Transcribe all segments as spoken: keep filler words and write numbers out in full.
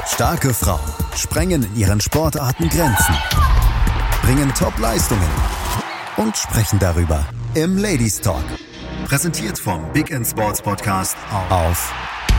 Starke Frauen sprengen in ihren Sportarten Grenzen, bringen Top-Leistungen und sprechen darüber im Ladies Talk. Präsentiert vom Big in Sports Podcast auf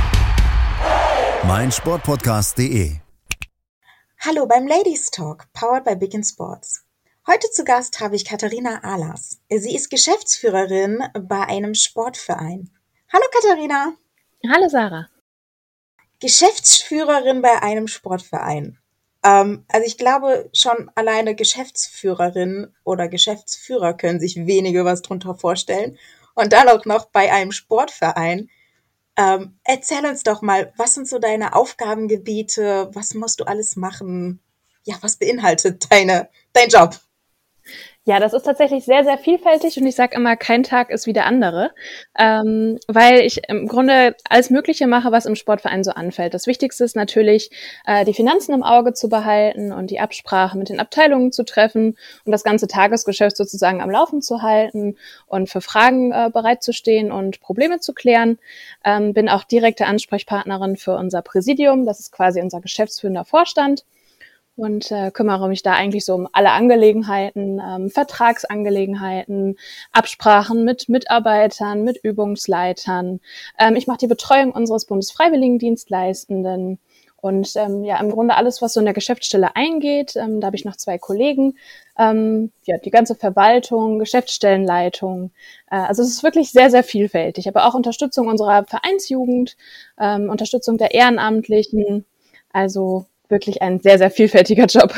meinsportpodcast punkt de. Hallo beim Ladies Talk, powered by Big in Sports. Heute zu Gast habe ich Katharina Ahlers. Sie ist Geschäftsführerin bei einem Sportverein. Hallo Katharina. Hallo Sarah. Geschäftsführerin bei einem Sportverein. Ähm, also ich glaube, schon alleine Geschäftsführerin oder Geschäftsführer können sich wenige was drunter vorstellen. Und dann auch noch bei einem Sportverein. Ähm, erzähl uns doch mal, was sind so deine Aufgabengebiete? Was musst du alles machen? Ja, was beinhaltet deine, dein Job? Ja, das ist tatsächlich sehr, sehr vielfältig und ich sage immer, kein Tag ist wie der andere, ähm, weil ich im Grunde alles Mögliche mache, was im Sportverein so anfällt. Das Wichtigste ist natürlich, äh, die Finanzen im Auge zu behalten und die Absprache mit den Abteilungen zu treffen und das ganze Tagesgeschäft sozusagen am Laufen zu halten und für Fragen äh, bereitzustehen und Probleme zu klären. Ähm, bin auch direkte Ansprechpartnerin für unser Präsidium, das ist quasi unser geschäftsführender Vorstand. Und äh, kümmere mich da eigentlich so um alle Angelegenheiten, ähm, Vertragsangelegenheiten, Absprachen mit Mitarbeitern, mit Übungsleitern. Ähm, ich mache die Betreuung unseres Bundesfreiwilligendienstleistenden und ähm, ja im Grunde alles, was so in der Geschäftsstelle eingeht. Ähm, da habe ich noch zwei Kollegen. Ähm, ja, die ganze Verwaltung, Geschäftsstellenleitung. Äh, also es ist wirklich sehr, sehr vielfältig. Aber auch Unterstützung unserer Vereinsjugend, ähm, Unterstützung der Ehrenamtlichen. Also wirklich ein sehr, sehr vielfältiger Job.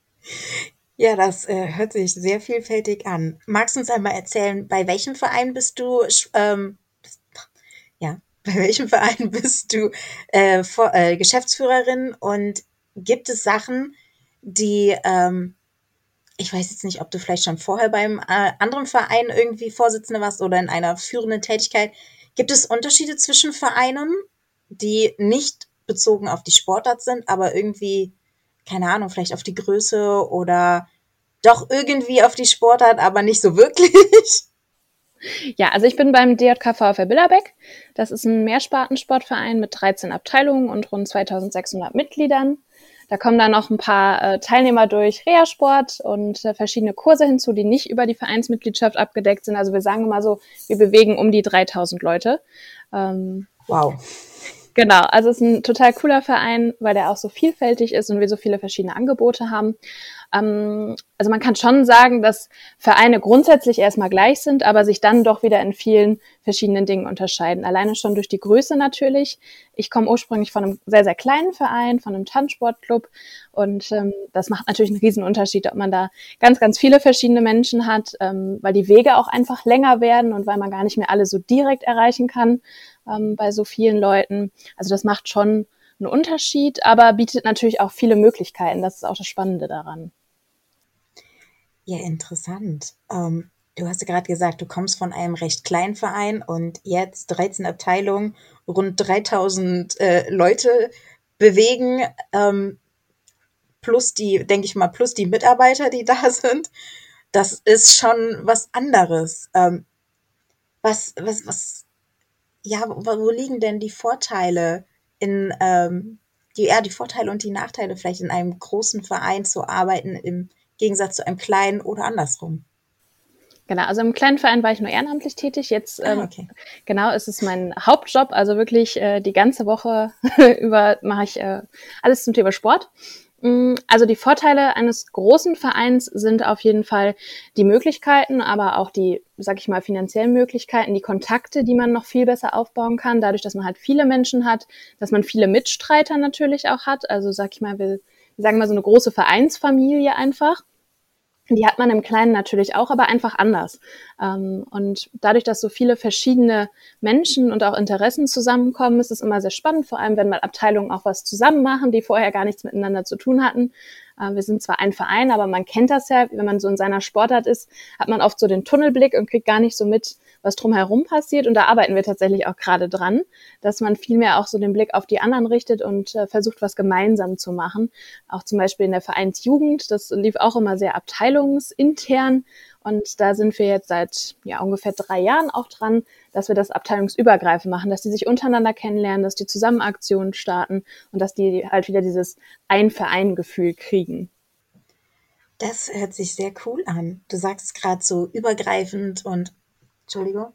Ja, das äh, hört sich sehr vielfältig an. Magst du uns einmal erzählen, bei welchem Verein bist du, ähm, ja, bei welchem Verein bist du äh, vor, äh, Geschäftsführerin und gibt es Sachen, die, ähm, ich weiß jetzt nicht, ob du vielleicht schon vorher beim äh, anderen Verein irgendwie Vorsitzende warst oder in einer führenden Tätigkeit. Gibt es Unterschiede zwischen Vereinen, die nicht bezogen auf die Sportart sind, aber irgendwie, keine Ahnung, vielleicht auf die Größe oder doch irgendwie auf die Sportart, aber nicht so wirklich? Ja, also ich bin beim D J K VfL Billerbeck. Das ist ein Mehrspartensportverein mit dreizehn Abteilungen und rund zweitausendsechshundert Mitgliedern. Da kommen dann noch ein paar äh, Teilnehmer durch Reha-Sport und äh, verschiedene Kurse hinzu, die nicht über die Vereinsmitgliedschaft abgedeckt sind. Also wir sagen immer so, wir bewegen um die dreitausend Leute. Ähm, wow. Genau, also es ist ein total cooler Verein, weil der auch so vielfältig ist und wir so viele verschiedene Angebote haben. Ähm, also man kann schon sagen, dass Vereine grundsätzlich erstmal gleich sind, aber sich dann doch wieder in vielen verschiedenen Dingen unterscheiden. Alleine schon durch die Größe natürlich. Ich komme ursprünglich von einem sehr, sehr kleinen Verein, von einem Tanzsportclub und ähm, das macht natürlich einen riesen Unterschied, ob man da ganz, ganz viele verschiedene Menschen hat, ähm, weil die Wege auch einfach länger werden und weil man gar nicht mehr alle so direkt erreichen kann ähm, bei so vielen Leuten. Also das macht schon einen Unterschied, aber bietet natürlich auch viele Möglichkeiten. Das ist auch das Spannende daran. Ja, interessant. Ähm, du hast ja gerade gesagt, du kommst von einem recht kleinen Verein und jetzt dreizehn Abteilungen, rund dreitausend äh, Leute bewegen, ähm, plus die, denke ich mal, plus die Mitarbeiter, die da sind. Das ist schon was anderes. Ähm, was, was, was, ja, wo, wo liegen denn die Vorteile in, ähm, die, ja, die Vorteile und die Nachteile vielleicht in einem großen Verein zu arbeiten im Gegensatz zu einem kleinen oder andersrum? Genau, also im kleinen Verein war ich nur ehrenamtlich tätig. Jetzt ähm, Ah, okay. genau ist es mein Hauptjob, also wirklich äh, die ganze Woche über mache ich äh, alles zum Thema Sport. Also die Vorteile eines großen Vereins sind auf jeden Fall die Möglichkeiten, aber auch die, sag ich mal, finanziellen Möglichkeiten, die Kontakte, die man noch viel besser aufbauen kann, dadurch, dass man halt viele Menschen hat, dass man viele Mitstreiter natürlich auch hat. Also sag ich mal, wir, wir sagen mal so eine große Vereinsfamilie einfach. Die hat man im Kleinen natürlich auch, aber einfach anders. Und dadurch, dass so viele verschiedene Menschen und auch Interessen zusammenkommen, ist es immer sehr spannend, vor allem wenn mal Abteilungen auch was zusammen machen, die vorher gar nichts miteinander zu tun hatten. Wir sind zwar ein Verein, aber man kennt das ja, wenn man so in seiner Sportart ist, hat man oft so den Tunnelblick und kriegt gar nicht so mit, was drumherum passiert. Und da arbeiten wir tatsächlich auch gerade dran, dass man viel mehr auch so den Blick auf die anderen richtet und äh, versucht, was gemeinsam zu machen. Auch zum Beispiel in der Vereinsjugend, das lief auch immer sehr abteilungsintern. Und da sind wir jetzt seit ja ungefähr drei Jahren auch dran, dass wir das abteilungsübergreifend machen, dass die sich untereinander kennenlernen, dass die zusammen Aktionen starten und dass die halt wieder dieses Ein-Verein-Gefühl kriegen. Das hört sich sehr cool an. Du sagst es gerade so übergreifend und, Entschuldigung,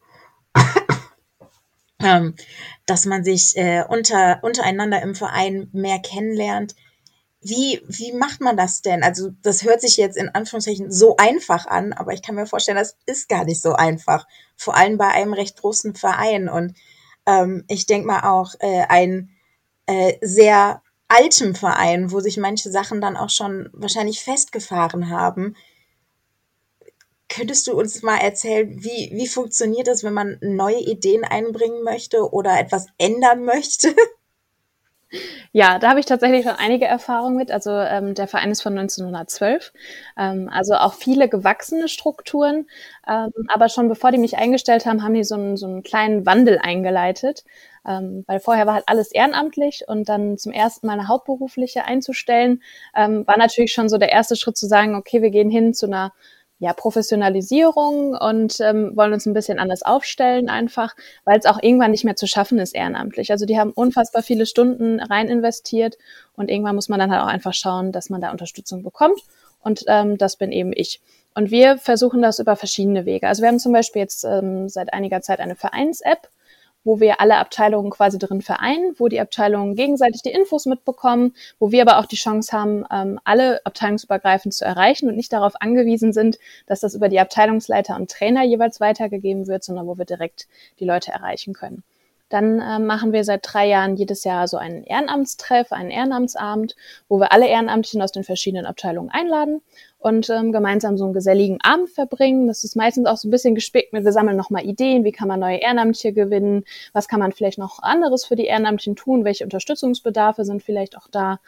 ähm, dass man sich äh, unter, untereinander im Verein mehr kennenlernt. Wie, wie macht man das denn? Also das hört sich jetzt in Anführungszeichen so einfach an, aber ich kann mir vorstellen, das ist gar nicht so einfach. Vor allem bei einem recht großen Verein. Und ähm, ich denke mal auch äh, ein äh, sehr altem Verein, wo sich manche Sachen dann auch schon wahrscheinlich festgefahren haben. Könntest du uns mal erzählen, wie, wie funktioniert das, wenn man neue Ideen einbringen möchte oder etwas ändern möchte? Ja, da habe ich tatsächlich schon einige Erfahrungen mit. Also ähm, der Verein ist von neunzehnhundertzwölf, ähm, also auch viele gewachsene Strukturen. Ähm, aber schon bevor die mich eingestellt haben, haben die so einen, so einen kleinen Wandel eingeleitet. Ähm, weil vorher war halt alles ehrenamtlich und dann zum ersten Mal eine hauptberufliche einzustellen, ähm, war natürlich schon so der erste Schritt zu sagen, okay, wir gehen hin zu einer ja, Professionalisierung und ähm, wollen uns ein bisschen anders aufstellen einfach, weil es auch irgendwann nicht mehr zu schaffen ist ehrenamtlich. Also die haben unfassbar viele Stunden rein investiert und irgendwann muss man dann halt auch einfach schauen, dass man da Unterstützung bekommt und ähm, das bin eben ich. Und wir versuchen das über verschiedene Wege. Also wir haben zum Beispiel jetzt ähm, seit einiger Zeit eine Vereins-App, wo wir alle Abteilungen quasi drin vereinen, wo die Abteilungen gegenseitig die Infos mitbekommen, wo wir aber auch die Chance haben, ähm, alle abteilungsübergreifend zu erreichen und nicht darauf angewiesen sind, dass das über die Abteilungsleiter und Trainer jeweils weitergegeben wird, sondern wo wir direkt die Leute erreichen können. Dann äh, machen wir seit drei Jahren jedes Jahr so einen Ehrenamtstreff, einen Ehrenamtsabend, wo wir alle Ehrenamtlichen aus den verschiedenen Abteilungen einladen und ähm, gemeinsam so einen geselligen Abend verbringen. Das ist meistens auch so ein bisschen gespickt mit, wir sammeln nochmal Ideen, wie kann man neue Ehrenamtliche gewinnen, was kann man vielleicht noch anderes für die Ehrenamtlichen tun, welche Unterstützungsbedarfe sind vielleicht auch da.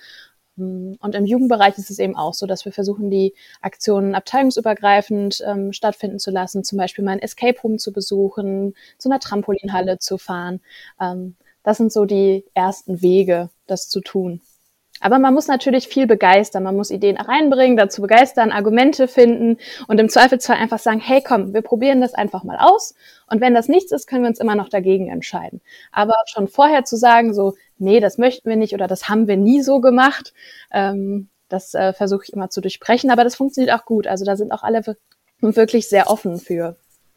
Und im Jugendbereich ist es eben auch so, dass wir versuchen, die Aktionen abteilungsübergreifend ähm, stattfinden zu lassen, zum Beispiel mal ein Escape Room zu besuchen, zu einer Trampolinhalle zu fahren. Ähm, das sind so die ersten Wege, das zu tun. Aber man muss natürlich viel begeistern, man muss Ideen reinbringen, dazu begeistern, Argumente finden und im Zweifelsfall einfach sagen, hey komm, wir probieren das einfach mal aus und wenn das nichts ist, können wir uns immer noch dagegen entscheiden. Aber schon vorher zu sagen, so, nee, das möchten wir nicht oder das haben wir nie so gemacht, ähm, das äh, versuche ich immer zu durchbrechen, aber das funktioniert auch gut. Also da sind auch alle wirklich sehr offen für.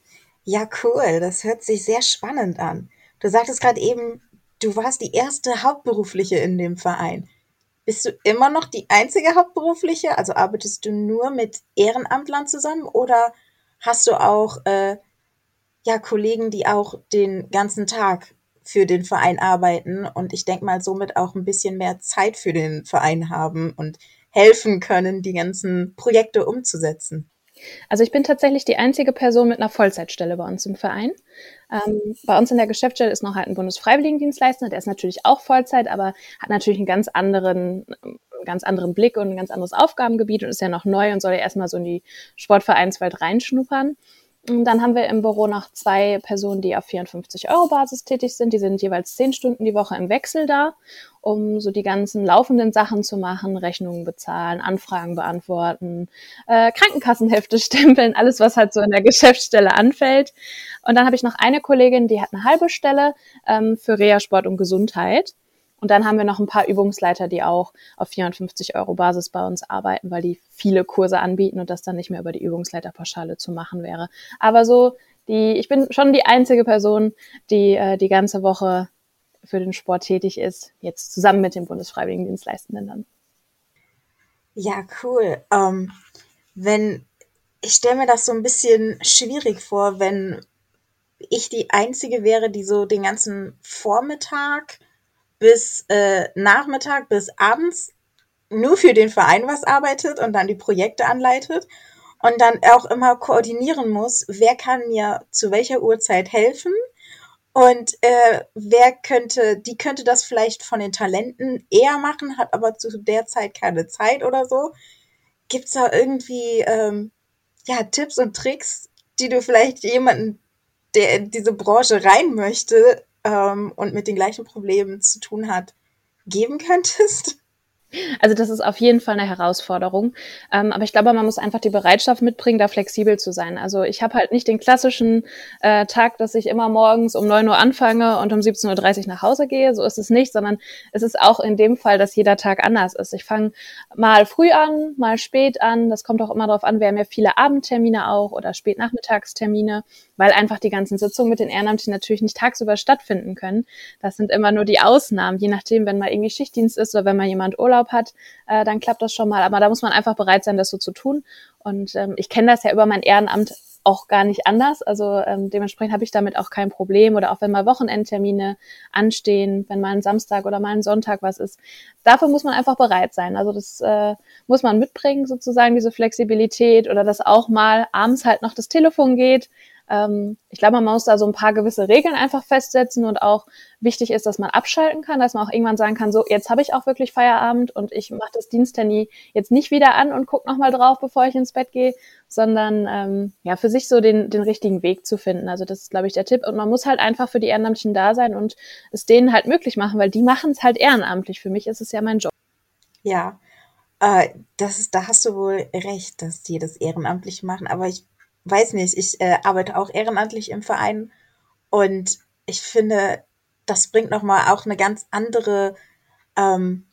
Ja, cool. Das hört sich sehr spannend an. Du sagtest gerade eben, du warst die erste Hauptberufliche in dem Verein. Bist du immer noch die einzige Hauptberufliche? Also arbeitest du nur mit Ehrenamtlern zusammen oder hast du auch äh, ja Kollegen, die auch den ganzen Tag für den Verein arbeiten und ich denke mal somit auch ein bisschen mehr Zeit für den Verein haben und helfen können, die ganzen Projekte umzusetzen? Also ich bin tatsächlich die einzige Person mit einer Vollzeitstelle bei uns im Verein. Ähm, bei uns in der Geschäftsstelle ist noch halt ein Bundesfreiwilligendienstleister, der ist natürlich auch Vollzeit, aber hat natürlich einen ganz anderen, einen ganz anderen Blick und ein ganz anderes Aufgabengebiet und ist ja noch neu und soll ja erstmal so in die Sportvereinswelt reinschnuppern. Und dann haben wir im Büro noch zwei Personen, die auf vierundfünfzig Euro Basis tätig sind. Die sind jeweils zehn Stunden die Woche im Wechsel da, um so die ganzen laufenden Sachen zu machen, Rechnungen bezahlen, Anfragen beantworten, äh, Krankenkassenhefte stempeln, alles, was halt so in der Geschäftsstelle anfällt. Und dann habe ich noch eine Kollegin, die hat eine halbe Stelle ähm, für Reha, Sport und Gesundheit. Und dann haben wir noch ein paar Übungsleiter, die auch auf vierundfünfzig Euro Basis bei uns arbeiten, weil die viele Kurse anbieten und das dann nicht mehr über die Übungsleiterpauschale zu machen wäre. Aber so, die, ich bin schon die einzige Person, die äh, die ganze Woche für den Sport tätig ist, jetzt zusammen mit den Bundesfreiwilligendienstleistenden dann. Ja, cool. Ähm, wenn ich stelle mir das so ein bisschen schwierig vor, wenn ich die Einzige wäre, die so den ganzen Vormittag bis äh, Nachmittag bis abends nur für den Verein was arbeitet und dann die Projekte anleitet und dann auch immer koordinieren muss, wer kann mir zu welcher Uhrzeit helfen und äh, wer könnte, die könnte das vielleicht von den Talenten eher machen, hat aber zu der Zeit keine Zeit oder so. Gibt's da irgendwie ähm, ja Tipps und Tricks, die du vielleicht jemanden der in diese Branche rein möchte ähm, und mit den gleichen Problemen zu tun hat, geben könntest? Also das ist auf jeden Fall eine Herausforderung. Ähm, aber ich glaube, man muss einfach die Bereitschaft mitbringen, da flexibel zu sein. Also ich habe halt nicht den klassischen äh, Tag, dass ich immer morgens um neun Uhr anfange und um siebzehn Uhr dreißig nach Hause gehe. So ist es nicht, sondern es ist auch in dem Fall, dass jeder Tag anders ist. Ich fange mal früh an, mal spät an. Das kommt auch immer darauf an. Wir haben ja viele Abendtermine auch oder Spätnachmittagstermine, weil einfach die ganzen Sitzungen mit den Ehrenamtlichen natürlich nicht tagsüber stattfinden können. Das sind immer nur die Ausnahmen, je nachdem, wenn mal irgendwie Schichtdienst ist oder wenn mal jemand Urlaub hat, äh, dann klappt das schon mal. Aber da muss man einfach bereit sein, das so zu tun. Und ähm, ich kenne das ja über mein Ehrenamt auch gar nicht anders. Also ähm, dementsprechend habe ich damit auch kein Problem. Oder auch wenn mal Wochenendtermine anstehen, wenn mal ein Samstag oder mal ein Sonntag was ist. Dafür muss man einfach bereit sein. Also das äh, muss man mitbringen, sozusagen, diese Flexibilität oder dass auch mal abends halt noch das Telefon geht. Ähm, ich glaube, man muss da so ein paar gewisse Regeln einfach festsetzen und auch wichtig ist, dass man abschalten kann, dass man auch irgendwann sagen kann, so, jetzt habe ich auch wirklich Feierabend und ich mache das Diensthandy jetzt nicht wieder an und gucke nochmal drauf, bevor ich ins Bett gehe, sondern ähm, ja, für sich so den, den richtigen Weg zu finden. Also das ist, glaube ich, der Tipp. Und man muss halt einfach für die Ehrenamtlichen da sein und es denen halt möglich machen, weil die machen es halt ehrenamtlich. Für mich ist es ja mein Job. Ja, äh, das ist, da hast du wohl recht, dass die das ehrenamtlich machen, aber ich weiß nicht, ich äh, arbeite auch ehrenamtlich im Verein und ich finde, das bringt nochmal auch eine ganz andere ähm,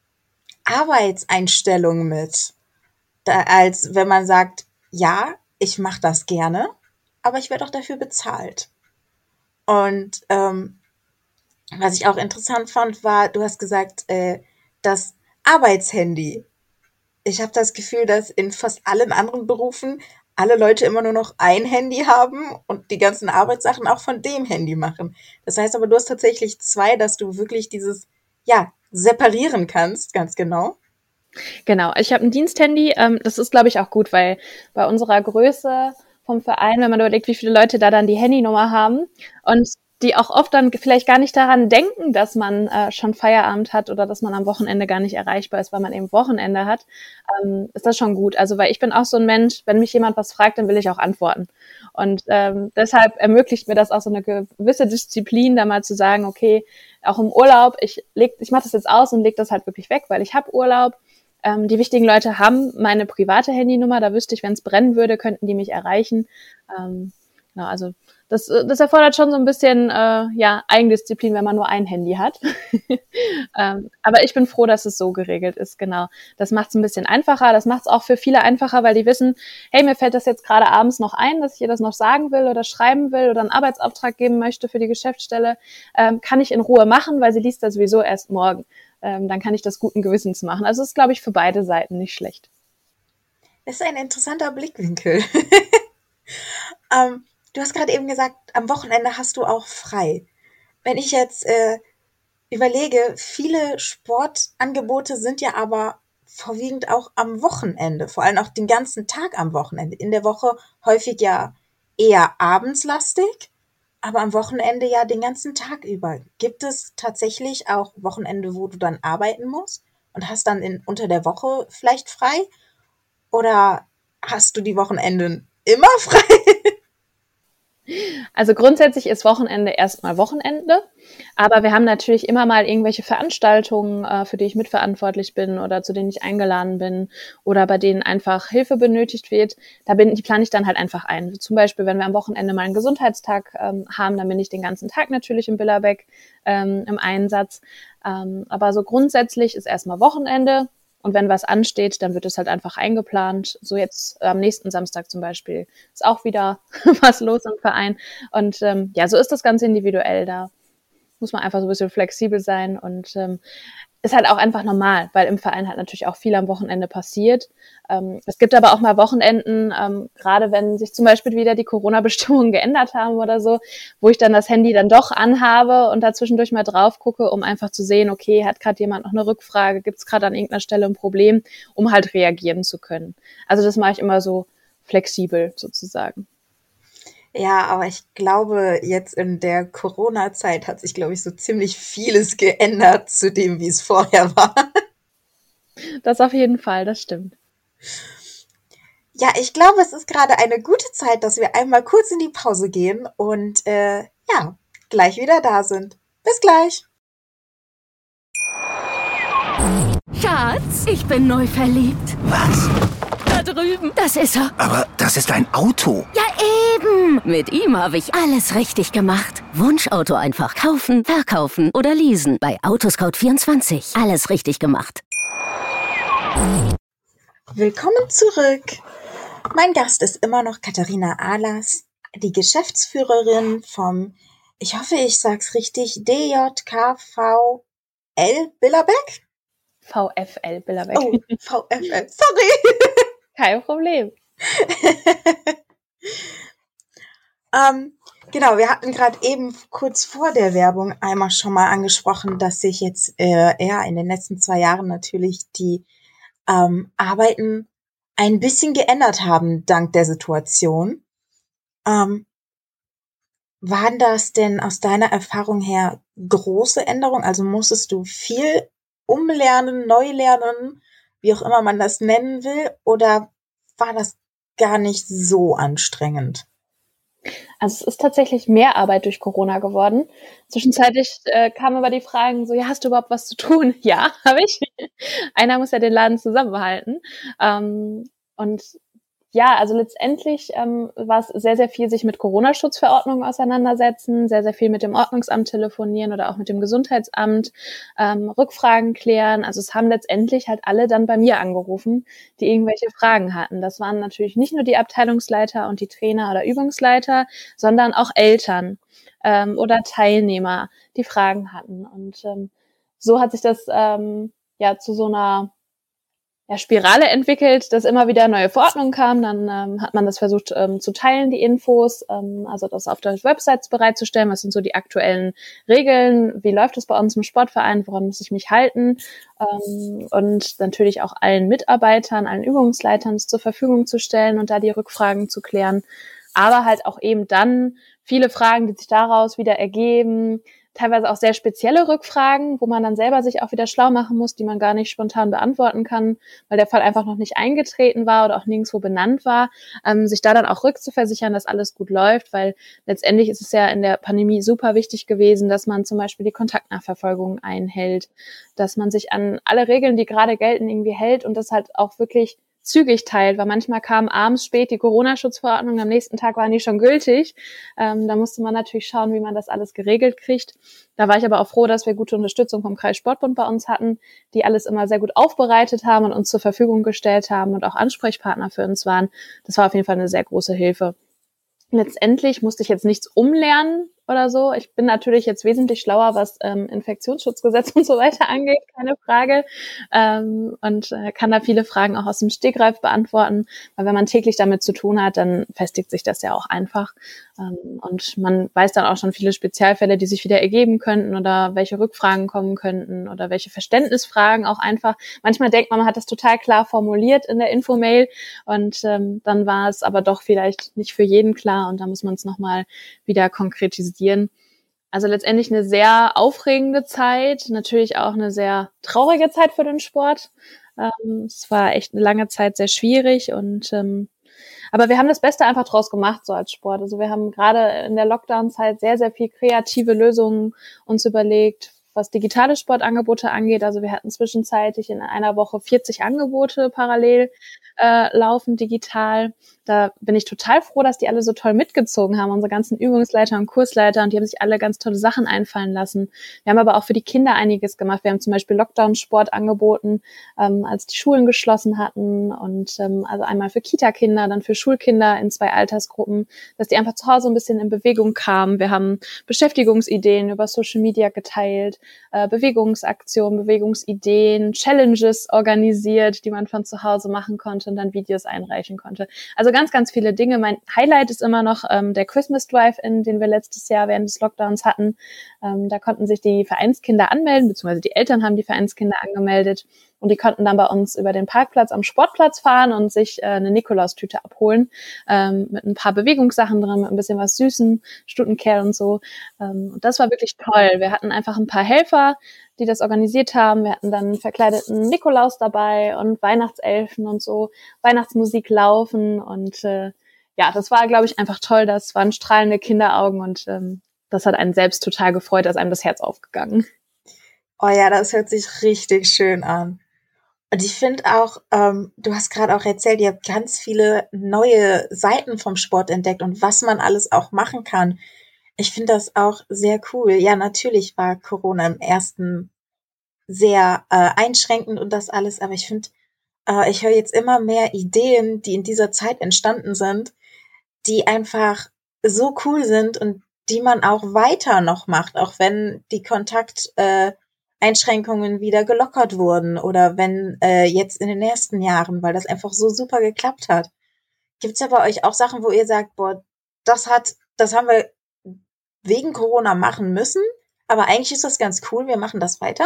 Arbeitseinstellung mit, da, als wenn man sagt, ja, ich mache das gerne, aber ich werde auch dafür bezahlt. Und ähm, was ich auch interessant fand, war, du hast gesagt, äh, das Arbeitshandy. Ich habe das Gefühl, dass in fast allen anderen Berufen alle Leute immer nur noch ein Handy haben und die ganzen Arbeitssachen auch von dem Handy machen. Das heißt aber, du hast tatsächlich zwei, dass du wirklich dieses, ja, separieren kannst, ganz genau. Genau, ich habe ein Diensthandy. Ähm, das ist, glaube ich, auch gut, weil bei unserer Größe vom Verein, wenn man überlegt, wie viele Leute da dann die Handynummer haben und die auch oft dann vielleicht gar nicht daran denken, dass man äh, schon Feierabend hat oder dass man am Wochenende gar nicht erreichbar ist, weil man eben Wochenende hat, ähm, ist das schon gut. Also weil ich bin auch so ein Mensch, wenn mich jemand was fragt, dann will ich auch antworten. Und ähm, deshalb ermöglicht mir das auch so eine gewisse Disziplin, da mal zu sagen, okay, auch im Urlaub, ich leg, ich mache das jetzt aus und leg das halt wirklich weg, weil ich habe Urlaub. Ähm, die wichtigen Leute haben meine private Handynummer, da wüsste ich, wenn es brennen würde, könnten die mich erreichen. Ähm, genau, also das, das erfordert schon so ein bisschen äh, ja, Eigendisziplin, wenn man nur ein Handy hat. ähm, aber ich bin froh, dass es so geregelt ist, genau. Das macht es ein bisschen einfacher, das macht es auch für viele einfacher, weil die wissen, hey, mir fällt das jetzt gerade abends noch ein, dass ich ihr das noch sagen will oder schreiben will oder einen Arbeitsauftrag geben möchte für die Geschäftsstelle, ähm, kann ich in Ruhe machen, weil sie liest das sowieso erst morgen. Ähm, dann kann ich das guten Gewissens machen. Also es ist, glaube ich, für beide Seiten nicht schlecht. Das ist ein interessanter Blickwinkel. ähm, du hast gerade eben gesagt, am Wochenende hast du auch frei. Wenn ich jetzt äh, überlege, viele Sportangebote sind ja aber vorwiegend auch am Wochenende, vor allem auch den ganzen Tag am Wochenende. In der Woche häufig ja eher abendslastig, aber am Wochenende ja den ganzen Tag über. Gibt es tatsächlich auch Wochenende, wo du dann arbeiten musst und hast dann in, unter der Woche vielleicht frei? Oder hast du die Wochenenden immer frei? Also grundsätzlich ist Wochenende erstmal Wochenende, aber wir haben natürlich immer mal irgendwelche Veranstaltungen, äh, für die ich mitverantwortlich bin oder zu denen ich eingeladen bin oder bei denen einfach Hilfe benötigt wird. Da bin, die plane ich dann halt einfach ein. Zum Beispiel, wenn wir am Wochenende mal einen Gesundheitstag ähm, haben, dann bin ich den ganzen Tag natürlich im Billerbeck ähm, im Einsatz. Ähm, aber so grundsätzlich ist erstmal Wochenende. Und wenn was ansteht, dann wird es halt einfach eingeplant. So jetzt am nächsten Samstag zum Beispiel ist auch wieder was los im Verein. Und ähm, ja, so ist das ganz individuell. Da muss man einfach so ein bisschen flexibel sein und ähm, ist halt auch einfach normal, weil im Verein halt natürlich auch viel am Wochenende passiert. Ähm, es gibt aber auch mal Wochenenden, ähm, gerade wenn sich zum Beispiel wieder die Corona-Bestimmungen geändert haben oder so, wo ich dann das Handy dann doch anhabe und da zwischendurch mal drauf gucke, um einfach zu sehen, okay, hat gerade jemand noch eine Rückfrage, gibt es gerade an irgendeiner Stelle ein Problem, um halt reagieren zu können. Also das mache ich immer so flexibel sozusagen. Ja, aber ich glaube, jetzt in der Corona-Zeit hat sich, glaube ich, so ziemlich vieles geändert zu dem, wie es vorher war. Das auf jeden Fall, das stimmt. Ja, ich glaube, es ist gerade eine gute Zeit, dass wir einmal kurz in die Pause gehen und äh, ja, gleich wieder da sind. Bis gleich. Schatz, ich bin neu verliebt. Was? Da drüben. Das ist er. Aber das ist ein Auto. Ja, eben. Mit ihm habe ich alles richtig gemacht. Wunschauto einfach kaufen, verkaufen oder leasen. Bei Autoscout vierundzwanzig. Alles richtig gemacht. Willkommen zurück. Mein Gast ist immer noch Katharina Ahlers, die Geschäftsführerin vom, ich hoffe, ich sag's richtig, D J K V L Billerbeck? VfL Billerbeck. Oh, VfL, sorry. Kein Problem. ähm, genau, wir hatten gerade eben kurz vor der Werbung einmal schon mal angesprochen, dass sich jetzt äh, ja in den letzten zwei Jahren natürlich die ähm, Arbeiten ein bisschen geändert haben dank der Situation. Ähm, waren das denn aus deiner Erfahrung her große Änderungen? Also musstest du viel umlernen, neu lernen, wie auch immer man das nennen will, oder war das gar nicht so anstrengend? Also es ist tatsächlich mehr Arbeit durch Corona geworden. Zwischenzeitlich äh, kamen aber die Fragen so, ja, hast du überhaupt was zu tun? Ja, habe ich. Einer muss ja den Laden zusammenhalten. Ähm, und ja, also letztendlich ähm, war es sehr, sehr viel sich mit Corona-Schutzverordnungen auseinandersetzen, sehr, sehr viel mit dem Ordnungsamt telefonieren oder auch mit dem Gesundheitsamt, ähm, Rückfragen klären. Also es haben letztendlich halt alle dann bei mir angerufen, die irgendwelche Fragen hatten. Das waren natürlich nicht nur die Abteilungsleiter und die Trainer oder Übungsleiter, sondern auch Eltern ähm, oder Teilnehmer, die Fragen hatten. Und ähm, so hat sich das ähm, ja zu so einer ja, Spirale entwickelt, dass immer wieder neue Verordnungen kamen. Dann ähm, hat man das versucht ähm, zu teilen, die Infos, ähm, also das auf der Website bereitzustellen. Was sind so die aktuellen Regeln? Wie läuft es bei uns im Sportverein? Woran muss ich mich halten? Ähm, und natürlich auch allen Mitarbeitern, allen Übungsleitern zur Verfügung zu stellen und da die Rückfragen zu klären. Aber halt auch eben dann viele Fragen, die sich daraus wieder ergeben, teilweise auch sehr spezielle Rückfragen, wo man dann selber sich auch wieder schlau machen muss, die man gar nicht spontan beantworten kann, weil der Fall einfach noch nicht eingetreten war oder auch nirgendwo benannt war, ähm, sich da dann auch rückzuversichern, dass alles gut läuft, weil letztendlich ist es ja in der Pandemie super wichtig gewesen, dass man zum Beispiel die Kontaktnachverfolgung einhält, dass man sich an alle Regeln, die gerade gelten, irgendwie hält und das halt auch wirklich zügig teilt, weil manchmal kam abends spät die Corona-Schutzverordnung, am nächsten Tag waren die schon gültig. Ähm, da musste man natürlich schauen, wie man das alles geregelt kriegt. Da war ich aber auch froh, dass wir gute Unterstützung vom Kreissportbund bei uns hatten, die alles immer sehr gut aufbereitet haben und uns zur Verfügung gestellt haben und auch Ansprechpartner für uns waren. Das war auf jeden Fall eine sehr große Hilfe. Letztendlich musste ich jetzt nichts umlernen oder so. Ich bin natürlich jetzt wesentlich schlauer, was ähm, Infektionsschutzgesetz und so weiter angeht, keine Frage. Ähm, und äh, kann da viele Fragen auch aus dem Stegreif beantworten. Weil wenn man täglich damit zu tun hat, dann festigt sich das ja auch einfach. Ähm, und man weiß dann auch schon viele Spezialfälle, die sich wieder ergeben könnten oder welche Rückfragen kommen könnten oder welche Verständnisfragen auch einfach. Manchmal denkt man, man hat das total klar formuliert in der Infomail und ähm, dann war es aber doch vielleicht nicht für jeden klar und da muss man es nochmal wieder konkretisieren. Also letztendlich eine sehr aufregende Zeit, natürlich auch eine sehr traurige Zeit für den Sport. Ähm, es war echt eine lange Zeit sehr schwierig und ähm, aber wir haben das Beste einfach draus gemacht, so als Sport. Also wir haben gerade in der Lockdown-Zeit sehr, sehr viel kreative Lösungen uns überlegt, was digitale Sportangebote angeht. Also wir hatten zwischenzeitlich in einer Woche vierzig Angebote parallel äh, laufen, digital. Da bin ich total froh, dass die alle so toll mitgezogen haben, unsere ganzen Übungsleiter und Kursleiter, und die haben sich alle ganz tolle Sachen einfallen lassen. Wir haben aber auch für die Kinder einiges gemacht. Wir haben zum Beispiel Lockdown-Sport angeboten, ähm, als die Schulen geschlossen hatten, und ähm, also einmal für Kita-Kinder, dann für Schulkinder in zwei Altersgruppen, dass die einfach zu Hause ein bisschen in Bewegung kamen. Wir haben Beschäftigungsideen über Social Media geteilt, äh, Bewegungsaktionen, Bewegungsideen, Challenges organisiert, die man von zu Hause machen konnte und dann Videos einreichen konnte. Also ganz, ganz viele Dinge. Mein Highlight ist immer noch ähm, der Christmas Drive-In, den wir letztes Jahr während des Lockdowns hatten. Ähm, da konnten sich die Vereinskinder anmelden, beziehungsweise die Eltern haben die Vereinskinder angemeldet. Und die konnten dann bei uns über den Parkplatz am Sportplatz fahren und sich äh, eine Nikolaustüte abholen, ähm, mit ein paar Bewegungssachen drin, mit ein bisschen was Süßen, Stutenkerl und so. Ähm, und das war wirklich toll. Wir hatten einfach ein paar Helfer, die das organisiert haben. Wir hatten dann einen verkleideten Nikolaus dabei und Weihnachtselfen und so, Weihnachtsmusik laufen und äh, ja, das war, glaube ich, einfach toll. Das waren strahlende Kinderaugen und ähm, das hat einen selbst total gefreut, da ist einem das Herz aufgegangen. Oh ja, das hört sich richtig schön an. Und ich finde auch, ähm, du hast gerade auch erzählt, ihr habt ganz viele neue Seiten vom Sport entdeckt und was man alles auch machen kann. Ich finde das auch sehr cool. Ja, natürlich war Corona im ersten sehr äh, einschränkend und das alles, aber ich finde, äh, ich höre jetzt immer mehr Ideen, die in dieser Zeit entstanden sind, die einfach so cool sind und die man auch weiter noch macht, auch wenn die Kontakteinschränkungen äh, Einschränkungen wieder gelockert wurden oder wenn äh, jetzt in den nächsten Jahren, weil das einfach so super geklappt hat. Gibt's ja bei euch auch Sachen, wo ihr sagt, boah, das hat, das haben wir wegen Corona machen müssen, aber eigentlich ist das ganz cool, wir machen das weiter?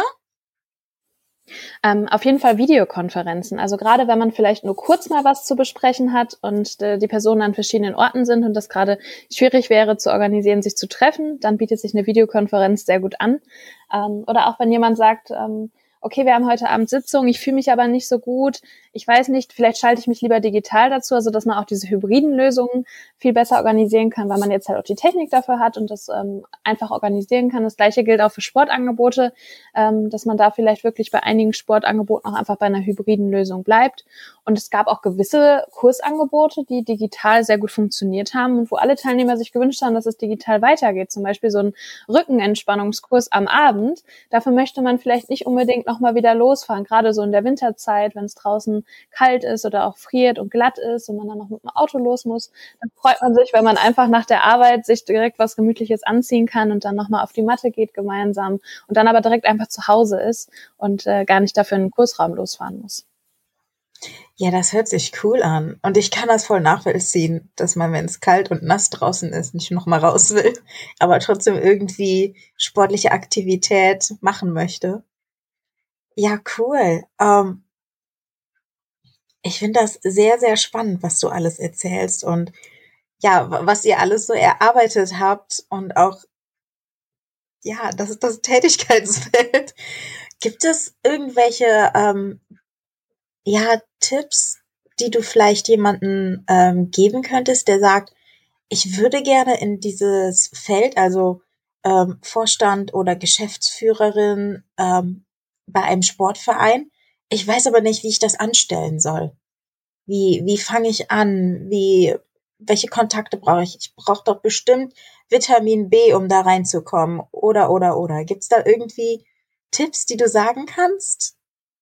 Ähm, auf jeden Fall Videokonferenzen. Also gerade wenn man vielleicht nur kurz mal was zu besprechen hat und äh, die Personen an verschiedenen Orten sind und das gerade schwierig wäre zu organisieren, sich zu treffen, dann bietet sich eine Videokonferenz sehr gut an. Ähm, oder auch wenn jemand sagt, ähm, okay, wir haben heute Abend Sitzung, ich fühle mich aber nicht so gut, ich weiß nicht, vielleicht schalte ich mich lieber digital dazu, also dass man auch diese hybriden Lösungen viel besser organisieren kann, weil man jetzt halt auch die Technik dafür hat und das ähm, einfach organisieren kann. Das Gleiche gilt auch für Sportangebote, ähm, dass man da vielleicht wirklich bei einigen Sportangeboten auch einfach bei einer hybriden Lösung bleibt. Und es gab auch gewisse Kursangebote, die digital sehr gut funktioniert haben und wo alle Teilnehmer sich gewünscht haben, dass es digital weitergeht. Zum Beispiel so ein Rückenentspannungskurs am Abend. Dafür möchte man vielleicht nicht unbedingt nochmal wieder losfahren, gerade so in der Winterzeit, wenn es draußen kalt ist oder auch friert und glatt ist und man dann noch mit dem Auto los muss. Dann freut man sich, wenn man einfach nach der Arbeit sich direkt was Gemütliches anziehen kann und dann nochmal auf die Matte geht gemeinsam und dann aber direkt einfach zu Hause ist und äh, gar nicht dafür in den Kursraum losfahren muss. Ja, das hört sich cool an. Und ich kann das voll nachvollziehen, dass man, wenn es kalt und nass draußen ist, nicht noch mal raus will, aber trotzdem irgendwie sportliche Aktivität machen möchte. Ja, cool. Ähm, ich finde das sehr, sehr spannend, was du alles erzählst und ja, w- was ihr alles so erarbeitet habt und auch, ja, das ist das Tätigkeitsfeld. Gibt es irgendwelche, ähm, ja, Tipps, die du vielleicht jemanden ähm, geben könntest, der sagt, ich würde gerne in dieses Feld, also ähm, Vorstand oder Geschäftsführerin ähm, bei einem Sportverein. Ich weiß aber nicht, wie ich das anstellen soll. Wie, wie fange ich an? Wie, welche Kontakte brauche ich? Ich brauche doch bestimmt Vitamin B, um da reinzukommen. Oder, oder, oder. Gibt's da irgendwie Tipps, die du sagen kannst?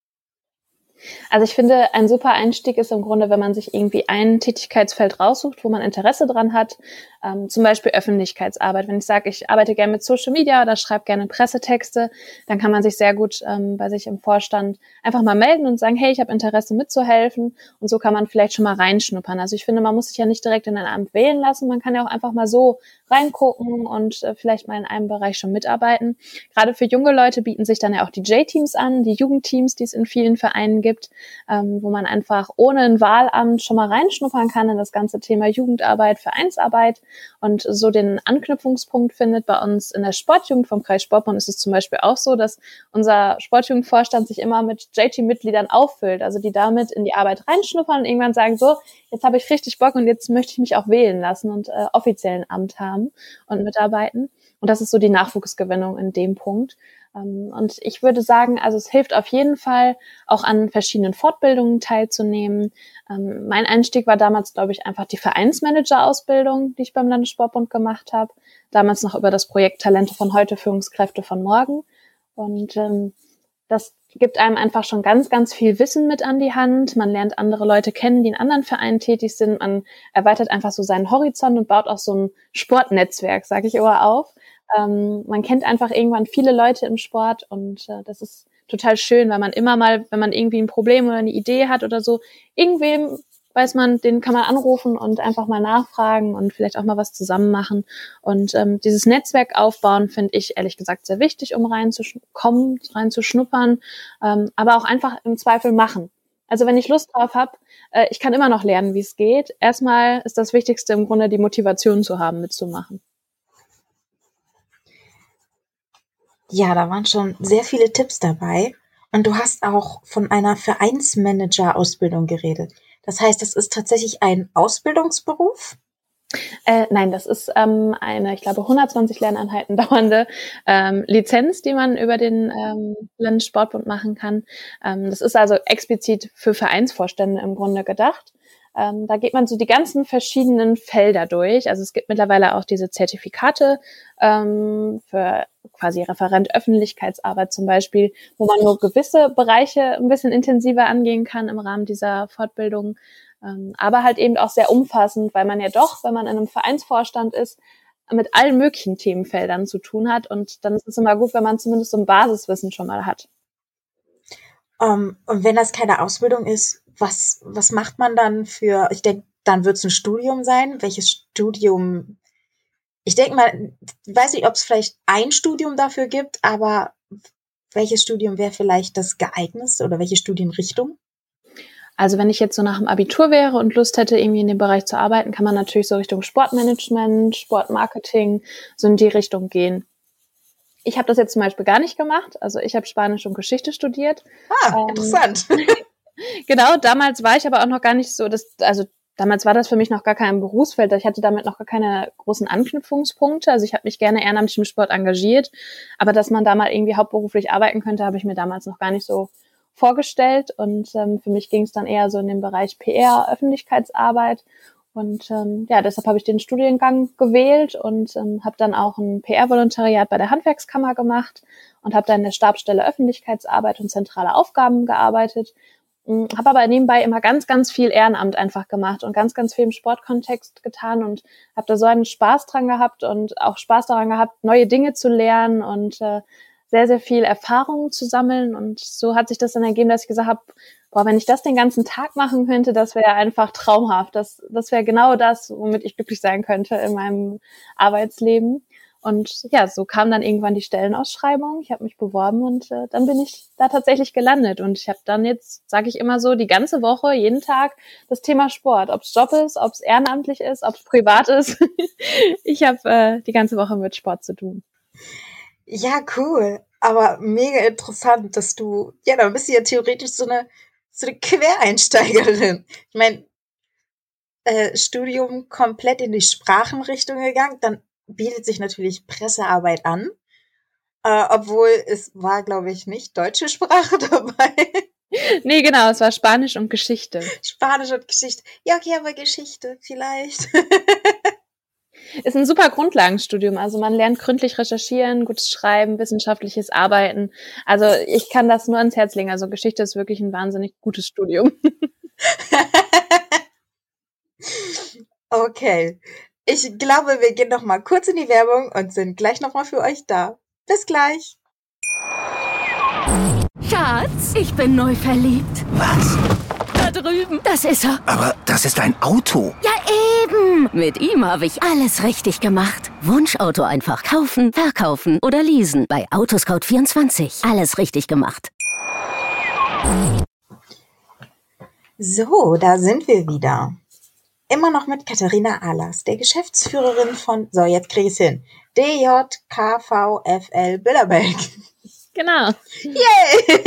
Also ich finde, ein super Einstieg ist im Grunde, wenn man sich irgendwie ein Tätigkeitsfeld raussucht, wo man Interesse dran hat, ähm, zum Beispiel Öffentlichkeitsarbeit. Wenn ich sage, ich arbeite gerne mit Social Media oder schreibe gerne Pressetexte, dann kann man sich sehr gut ähm, bei sich im Vorstand einfach mal melden und sagen, hey, ich habe Interesse mitzuhelfen, und so kann man vielleicht schon mal reinschnuppern. Also ich finde, man muss sich ja nicht direkt in ein Amt wählen lassen, man kann ja auch einfach mal so reingucken und äh, vielleicht mal in einem Bereich schon mitarbeiten. Gerade für junge Leute bieten sich dann ja auch die J-Teams an, die Jugendteams, die es in vielen Vereinen gibt, ähm, wo man einfach ohne ein Wahlamt schon mal reinschnuppern kann in das ganze Thema Jugendarbeit, Vereinsarbeit und so den Anknüpfungspunkt findet. Bei uns in der Sportjugend vom Kreis Sportborn ist es zum Beispiel auch so, dass unser Sportjugendvorstand sich immer mit J-Team-Mitgliedern auffüllt, also die damit in die Arbeit reinschnuppern und irgendwann sagen, so, jetzt habe ich richtig Bock und jetzt möchte ich mich auch wählen lassen und äh, offiziell ein Amt haben und mitarbeiten. Und das ist so die Nachwuchsgewinnung in dem Punkt. Um, und ich würde sagen, also es hilft auf jeden Fall, auch an verschiedenen Fortbildungen teilzunehmen. Um, mein Einstieg war damals, glaube ich, einfach die Vereinsmanager-Ausbildung, die ich beim Landessportbund gemacht habe. Damals noch über das Projekt Talente von heute, Führungskräfte von morgen. Und ähm, das gibt einem einfach schon ganz, ganz viel Wissen mit an die Hand. Man lernt andere Leute kennen, die in anderen Vereinen tätig sind. Man erweitert einfach so seinen Horizont und baut auch so ein Sportnetzwerk, sage ich immer, auf. Ähm, man kennt einfach irgendwann viele Leute im Sport und äh, das ist total schön, weil man immer mal, wenn man irgendwie ein Problem oder eine Idee hat oder so, irgendwem weiß man, den kann man anrufen und einfach mal nachfragen und vielleicht auch mal was zusammen machen. Und ähm, dieses Netzwerk aufbauen finde ich ehrlich gesagt sehr wichtig, um reinzukommen, reinzuschnuppern, ähm, aber auch einfach im Zweifel machen. Also wenn ich Lust drauf habe, äh, ich kann immer noch lernen, wie es geht. Erstmal ist das Wichtigste im Grunde die Motivation zu haben, mitzumachen. Ja, da waren schon sehr viele Tipps dabei. Und du hast auch von einer Vereinsmanager-Ausbildung geredet. Das heißt, das ist tatsächlich ein Ausbildungsberuf? Äh, nein, das ist ähm, eine, ich glaube, hundertzwanzig Lerneinheiten dauernde ähm, Lizenz, die man über den ähm, Landessportbund machen kann. Ähm, das ist also explizit für Vereinsvorstände im Grunde gedacht. Ähm, da geht man so die ganzen verschiedenen Felder durch. Also es gibt mittlerweile auch diese Zertifikate ähm, für quasi Referent Öffentlichkeitsarbeit zum Beispiel, wo man nur gewisse Bereiche ein bisschen intensiver angehen kann im Rahmen dieser Fortbildung. Ähm, aber halt eben auch sehr umfassend, weil man ja doch, wenn man in einem Vereinsvorstand ist, mit allen möglichen Themenfeldern zu tun hat. Und dann ist es immer gut, wenn man zumindest so ein Basiswissen schon mal hat. Um, und wenn das keine Ausbildung ist, was, was macht man dann für, ich denke, dann wird es ein Studium sein. Welches Studium? Ich denke mal, ich weiß nicht, ob es vielleicht ein Studium dafür gibt, aber welches Studium wäre vielleicht das geeignetste oder welche Studienrichtung? Also wenn ich jetzt so nach dem Abitur wäre und Lust hätte, irgendwie in dem Bereich zu arbeiten, kann man natürlich so Richtung Sportmanagement, Sportmarketing, so in die Richtung gehen. Ich habe das jetzt zum Beispiel gar nicht gemacht. Also ich habe Spanisch und Geschichte studiert. Ah, ähm, interessant. Genau, damals war ich aber auch noch gar nicht so, das, also damals war das für mich noch gar kein Berufsfeld. Ich hatte damit noch gar keine großen Anknüpfungspunkte. Also ich habe mich gerne ehrenamtlich im Sport engagiert. Aber dass man da mal irgendwie hauptberuflich arbeiten könnte, habe ich mir damals noch gar nicht so vorgestellt. Und ähm, für mich ging es dann eher so in den Bereich P R, Öffentlichkeitsarbeit. Und ähm, ja, deshalb habe ich den Studiengang gewählt und ähm, habe dann auch ein P R-Volontariat bei der Handwerkskammer gemacht und habe dann in der Stabsstelle Öffentlichkeitsarbeit und zentrale Aufgaben gearbeitet. Habe aber nebenbei immer ganz, ganz viel Ehrenamt einfach gemacht und ganz, ganz viel im Sportkontext getan und habe da so einen Spaß dran gehabt und auch Spaß daran gehabt, neue Dinge zu lernen und äh, sehr, sehr viel Erfahrung zu sammeln. Und so hat sich das dann ergeben, dass ich gesagt habe, boah, wenn ich das den ganzen Tag machen könnte, das wäre einfach traumhaft. Das, das wäre genau das, womit ich glücklich sein könnte in meinem Arbeitsleben. Und ja, so kam dann irgendwann die Stellenausschreibung. Ich habe mich beworben und äh, dann bin ich da tatsächlich gelandet. Und ich habe dann jetzt, sage ich immer so, die ganze Woche, jeden Tag das Thema Sport. Ob es Job ist, ob es ehrenamtlich ist, ob es privat ist. Ich habe äh, die ganze Woche mit Sport zu tun. Ja, cool. Aber mega interessant, dass du, ja, da bist du ja theoretisch so eine, so eine Quereinsteigerin. Ich meine, äh, Studium komplett in die Sprachenrichtung gegangen, dann bietet sich natürlich Pressearbeit an, äh, obwohl es war, glaube ich, nicht deutsche Sprache dabei. Nee, genau, es war Spanisch und Geschichte. Spanisch und Geschichte. Ja, okay, aber Geschichte vielleicht. Ist ein super Grundlagenstudium. Also man lernt gründlich recherchieren, gutes Schreiben, wissenschaftliches Arbeiten. Also ich kann das nur ans Herz legen. Also Geschichte ist wirklich ein wahnsinnig gutes Studium. Okay. Ich glaube, wir gehen noch mal kurz in die Werbung und sind gleich noch mal für euch da. Bis gleich. Schatz, ich bin neu verliebt. Was? Da drüben. Das ist er. Aber das ist ein Auto. Ja, eben. Mit ihm habe ich alles richtig gemacht. Wunschauto einfach kaufen, verkaufen oder leasen. Bei Autoscout vierundzwanzig. Alles richtig gemacht. So, da sind wir wieder. Immer noch mit Katharina Ahlers, der Geschäftsführerin von, so jetzt kriege ich es hin, D J K V F L Billerbeck. Genau. Yay!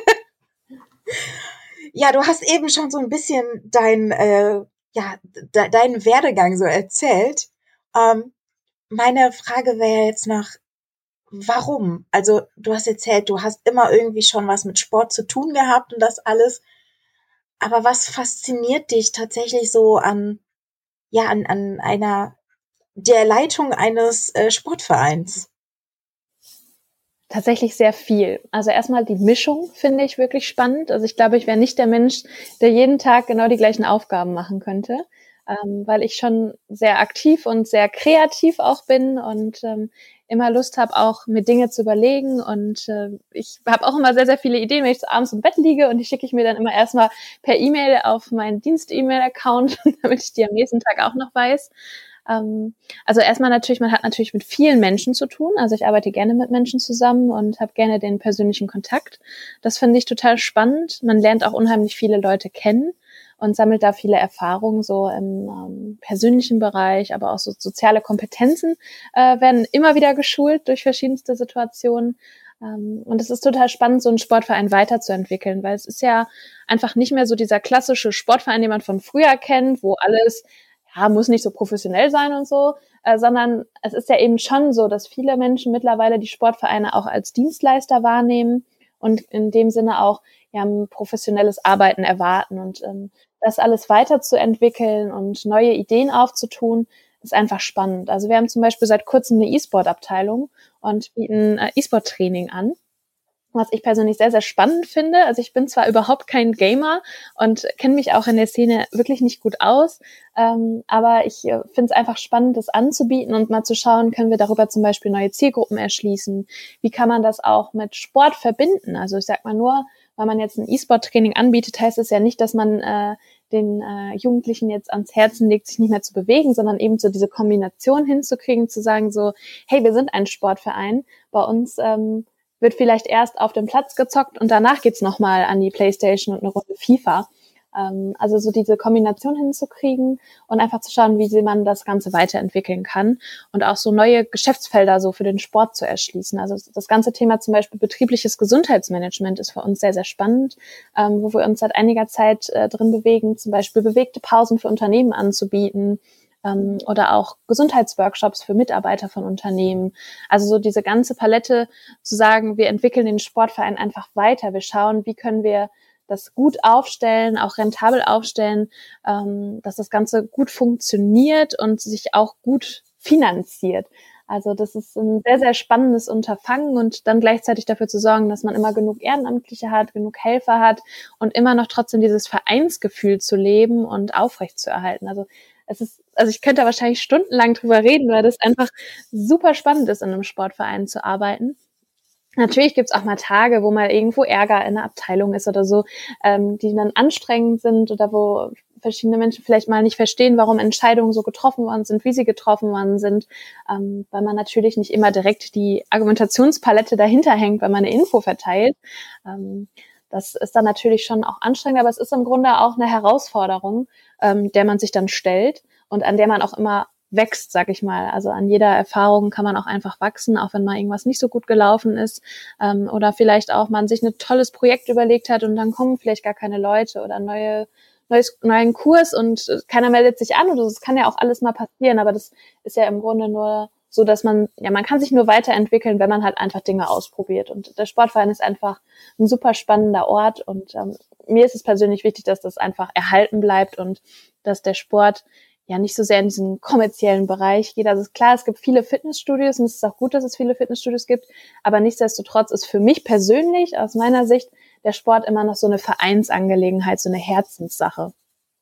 Ja, du hast eben schon so ein bisschen dein, äh, ja, de- deinen Werdegang so erzählt. Ähm, meine Frage wäre jetzt noch, warum? Also du hast erzählt, du hast immer irgendwie schon was mit Sport zu tun gehabt und das alles. Aber was fasziniert dich tatsächlich so an, ja, an, an einer, der Leitung eines äh, Sportvereins? Tatsächlich sehr viel. Also erstmal die Mischung finde ich wirklich spannend. Also ich glaube, ich wäre nicht der Mensch, der jeden Tag genau die gleichen Aufgaben machen könnte, ähm, weil ich schon sehr aktiv und sehr kreativ auch bin und ähm, immer Lust habe, auch mir Dinge zu überlegen. Und äh, ich habe auch immer sehr, sehr viele Ideen, wenn ich so abends im Bett liege, und die schicke ich mir dann immer erstmal per E-Mail auf meinen Dienst-E-Mail-Account, damit ich die am nächsten Tag auch noch weiß. Ähm, also erstmal natürlich, man hat natürlich mit vielen Menschen zu tun. Also ich arbeite gerne mit Menschen zusammen und habe gerne den persönlichen Kontakt. Das finde ich total spannend. Man lernt auch unheimlich viele Leute kennen und sammelt da viele Erfahrungen so im ähm, persönlichen Bereich, aber auch so soziale Kompetenzen äh, werden immer wieder geschult durch verschiedenste Situationen. Ähm, und es ist total spannend, so einen Sportverein weiterzuentwickeln, weil es ist ja einfach nicht mehr so dieser klassische Sportverein, den man von früher kennt, wo alles, ja, muss nicht so professionell sein und so, äh, sondern es ist ja eben schon so, dass viele Menschen mittlerweile die Sportvereine auch als Dienstleister wahrnehmen und in dem Sinne auch ja ein professionelles Arbeiten erwarten. Und ähm, das alles weiterzuentwickeln und neue Ideen aufzutun, ist einfach spannend. Also wir haben zum Beispiel seit kurzem eine E-Sport-Abteilung und bieten äh, E-Sport-Training an, was ich persönlich sehr, sehr spannend finde. Also ich bin zwar überhaupt kein Gamer und kenne mich auch in der Szene wirklich nicht gut aus, ähm, aber ich äh, finde es einfach spannend, das anzubieten und mal zu schauen, können wir darüber zum Beispiel neue Zielgruppen erschließen? Wie kann man das auch mit Sport verbinden? Also ich sag mal nur, weil man jetzt ein E-Sport-Training anbietet, heißt es ja nicht, dass man äh, den äh, Jugendlichen jetzt ans Herzen legt, sich nicht mehr zu bewegen, sondern eben so diese Kombination hinzukriegen, zu sagen so, hey, wir sind ein Sportverein, bei uns ähm, wird vielleicht erst auf dem Platz gezockt und danach geht's nochmal an die Playstation und eine Runde FIFA. Ähm, also so diese Kombination hinzukriegen und einfach zu schauen, wie man das Ganze weiterentwickeln kann und auch so neue Geschäftsfelder so für den Sport zu erschließen. Also das ganze Thema zum Beispiel betriebliches Gesundheitsmanagement ist für uns sehr, sehr spannend, ähm, wo wir uns seit einiger Zeit äh, drin bewegen, zum Beispiel bewegte Pausen für Unternehmen anzubieten, ähm, oder auch Gesundheitsworkshops für Mitarbeiter von Unternehmen. Also so diese ganze Palette zu sagen, wir entwickeln den Sportverein einfach weiter. Wir schauen, wie können wir das gut aufstellen, auch rentabel aufstellen, ähm, dass das Ganze gut funktioniert und sich auch gut finanziert. Also das ist ein sehr, sehr spannendes Unterfangen und dann gleichzeitig dafür zu sorgen, dass man immer genug Ehrenamtliche hat, genug Helfer hat und immer noch trotzdem dieses Vereinsgefühl zu leben und aufrechtzuerhalten. Also es ist, also ich könnte da wahrscheinlich stundenlang drüber reden, weil das einfach super spannend ist, in einem Sportverein zu arbeiten. Natürlich gibt's auch mal Tage, wo mal irgendwo Ärger in der Abteilung ist oder so, ähm, die dann anstrengend sind oder wo verschiedene Menschen vielleicht mal nicht verstehen, warum Entscheidungen so getroffen worden sind, wie sie getroffen worden sind, ähm, weil man natürlich nicht immer direkt die Argumentationspalette dahinter hängt, wenn man eine Info verteilt. Ähm, das ist dann natürlich schon auch anstrengend, aber es ist im Grunde auch eine Herausforderung, ähm, der man sich dann stellt und an der man auch immer wächst, sag ich mal. Also an jeder Erfahrung kann man auch einfach wachsen, auch wenn mal irgendwas nicht so gut gelaufen ist, ähm, oder vielleicht auch man sich ein tolles Projekt überlegt hat und dann kommen vielleicht gar keine Leute oder neue neues neuen Kurs und keiner meldet sich an oder so. Das kann ja auch alles mal passieren, aber das ist ja im Grunde nur so, dass man, ja, man kann sich nur weiterentwickeln, wenn man halt einfach Dinge ausprobiert. Und der Sportverein ist einfach ein super spannender Ort und ähm, mir ist es persönlich wichtig, dass das einfach erhalten bleibt und dass der Sport ja nicht so sehr in diesen kommerziellen Bereich geht. Also ist klar, es gibt viele Fitnessstudios und es ist auch gut, dass es viele Fitnessstudios gibt, aber nichtsdestotrotz ist für mich persönlich, aus meiner Sicht, der Sport immer noch so eine Vereinsangelegenheit, so eine Herzenssache.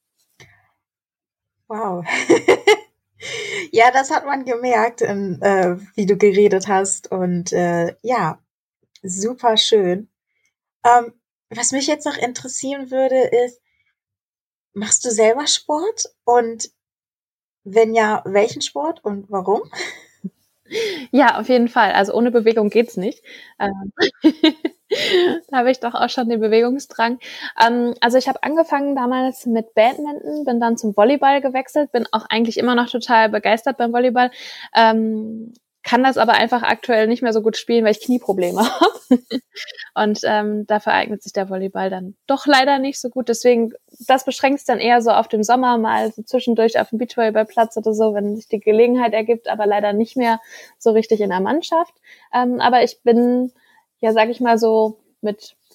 Wow. Ja, das hat man gemerkt, in, äh, wie du geredet hast und äh, ja, super schön. Ähm, was mich jetzt noch interessieren würde, ist, machst du selber Sport? Und wenn ja, welchen Sport und warum? Ja, auf jeden Fall. Also ohne Bewegung geht's nicht. Ähm, da habe ich doch auch schon den Bewegungsdrang. Ähm, also ich habe angefangen damals mit Badminton, bin dann zum Volleyball gewechselt, bin auch eigentlich immer noch total begeistert beim Volleyball. Ähm, kann das aber einfach aktuell nicht mehr so gut spielen, weil ich Knieprobleme habe. Und ähm, dafür eignet sich der Volleyball dann doch leider nicht so gut. Deswegen, das beschränkt es dann eher so auf dem Sommer mal so zwischendurch auf dem Beachvolleyballplatz oder so, wenn sich die Gelegenheit ergibt, aber leider nicht mehr so richtig in der Mannschaft. Ähm, aber ich bin, ja, sag ich mal so, mit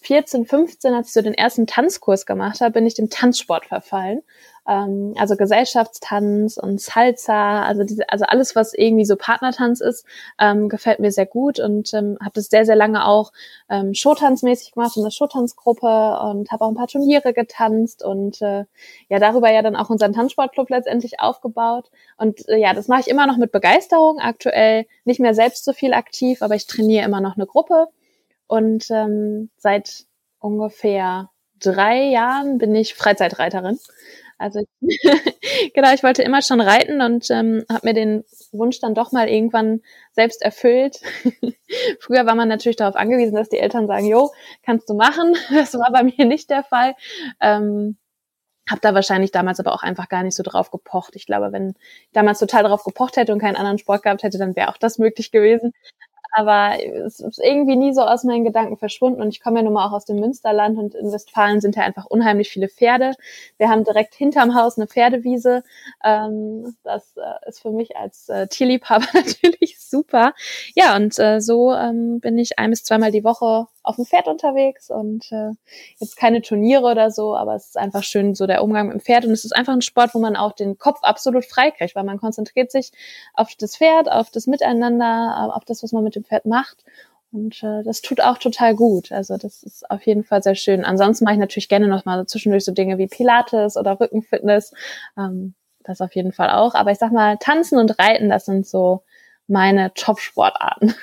vierzehn, fünfzehn, als ich so den ersten Tanzkurs gemacht habe, bin ich dem Tanzsport verfallen. Ähm, also Gesellschaftstanz und Salsa, also diese, also alles, was irgendwie so Partnertanz ist, ähm, gefällt mir sehr gut und ähm, habe das sehr, sehr lange auch ähm, Showtanzmäßig gemacht in der Showtanzgruppe und habe auch ein paar Turniere getanzt und äh, ja, darüber ja dann auch unseren Tanzsportclub letztendlich aufgebaut. Und äh, ja, das mache ich immer noch mit Begeisterung, aktuell nicht mehr selbst so viel aktiv, aber ich trainiere immer noch eine Gruppe und ähm, seit ungefähr drei Jahren bin ich Freizeitreiterin. Also genau, ich wollte immer schon reiten und ähm, habe mir den Wunsch dann doch mal irgendwann selbst erfüllt. Früher war man natürlich darauf angewiesen, dass die Eltern sagen, jo, kannst du machen. Das war bei mir nicht der Fall. Ähm, habe da wahrscheinlich damals aber auch einfach gar nicht so drauf gepocht. Ich glaube, wenn ich damals total drauf gepocht hätte und keinen anderen Sport gehabt hätte, dann wäre auch das möglich gewesen. Aber es ist irgendwie nie so aus meinen Gedanken verschwunden. Und ich komme ja nun mal auch aus dem Münsterland und in Westfalen sind ja einfach unheimlich viele Pferde. Wir haben direkt hinterm Haus eine Pferdewiese. Ähm, das äh, ist für mich als äh, Tierliebhaber natürlich super. Ja, und äh, so ähm, bin ich ein- bis zweimal die Woche auf dem Pferd unterwegs und äh, jetzt keine Turniere oder so, aber es ist einfach schön so der Umgang mit dem Pferd und es ist einfach ein Sport, wo man auch den Kopf absolut frei kriegt, weil man konzentriert sich auf das Pferd, auf das Miteinander, auf das, was man mit dem Pferd macht und äh, das tut auch total gut, also das ist auf jeden Fall sehr schön. Ansonsten mache ich natürlich gerne noch mal zwischendurch so Dinge wie Pilates oder Rückenfitness, ähm, das auf jeden Fall auch, aber ich sag mal, Tanzen und Reiten, das sind so meine Top-Sportarten.